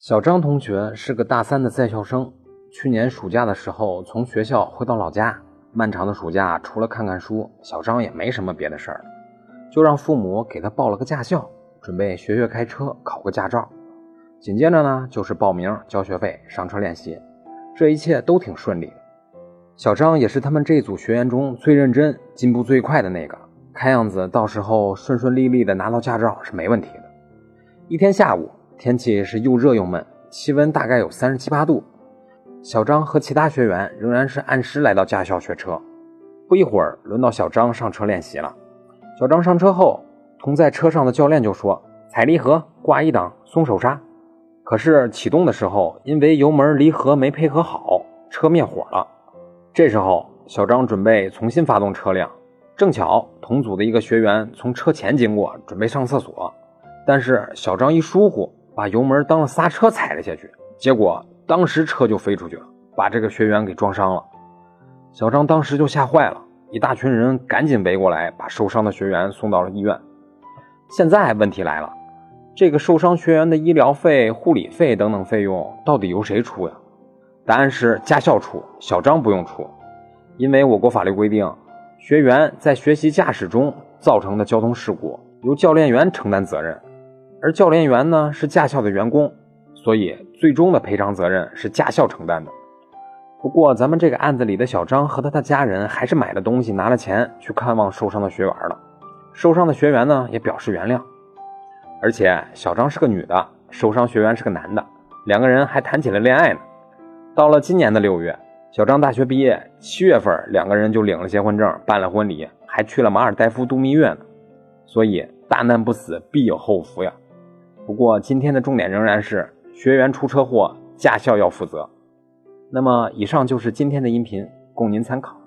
小张同学是个大3的在校生，去年暑假的时候从学校回到老家。漫长的暑假除了看看书，小张也没什么别的事儿，就让父母给他报了个驾校，准备学开车，考个驾照。紧接着呢，就是报名、交学费、上车练习，这一切都挺顺利的。小张也是他们这组学员中最认真、进步最快的那个，看样子到时候顺顺利利的拿到驾照是没问题的。一天下午，天气是又热又闷，气温大概有37、8度。小张和其他学员仍然是按时来到驾校学车。不一会儿，轮到小张上车练习了。小张上车后，同在车上的教练就说：“踩离合，挂1档，松手刹。”可是启动的时候，因为油门离合没配合好，车灭火了。这时候，小张准备重新发动车辆，正巧同组的一个学员从车前经过，准备上厕所。但是小张一疏忽，把油门当了刹车踩了下去，结果当时车就飞出去了，把这个学员给撞伤了。小张当时就吓坏了，一大群人赶紧围过来，把受伤的学员送到了医院。现在问题来了，这个受伤学员的医疗费、护理费等等费用到底由谁出呀？答案是驾校出，小张不用出。因为我国法律规定，学员在学习驾驶中造成的交通事故由教练员承担责任，而教练员呢是驾校的员工，所以最终的赔偿责任是驾校承担的。不过咱们这个案子里的小张和他的家人还是买了东西，拿了钱去看望受伤的学员了。受伤的学员呢也表示原谅。而且小张是个女的，受伤学员是个男的，两个人还谈起了恋爱呢。到了今年的6月，小张大学毕业，7月份两个人就领了结婚证，办了婚礼，还去了马尔代夫度蜜月呢。所以大难不死必有后福呀。不过今天的重点仍然是学员出车祸，驾校要负责。那么以上就是今天的音频，供您参考。